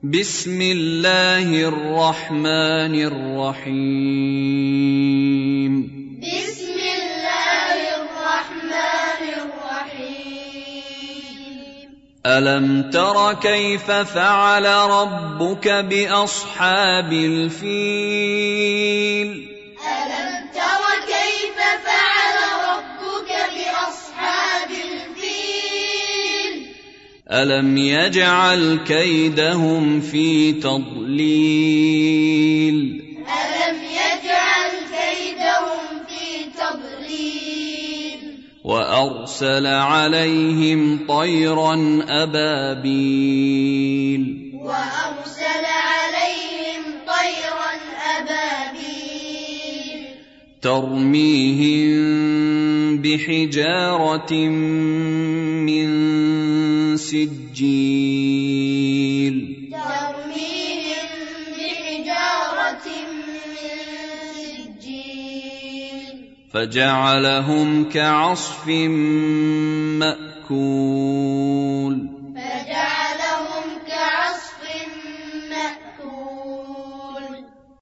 بسم الله الرحمن الرحيم. بسم الله الرحمن الرحيم. ألم تر كيف فعل ربك بأصحاب الفيل؟ ألم تر كيف فعل ربك بأصحاب الفيل؟ ألم يجعل كيدهم في تضليل؟ ألم يجعل كيدهم في تضليل؟ وأرسل عليهم طيرا أبابيل وأرسل عليهم طيرا أبابيل ترميهم بحجارة من سجيل ترميهم بحجارة من سجيل فجعلهم كعصف مأكول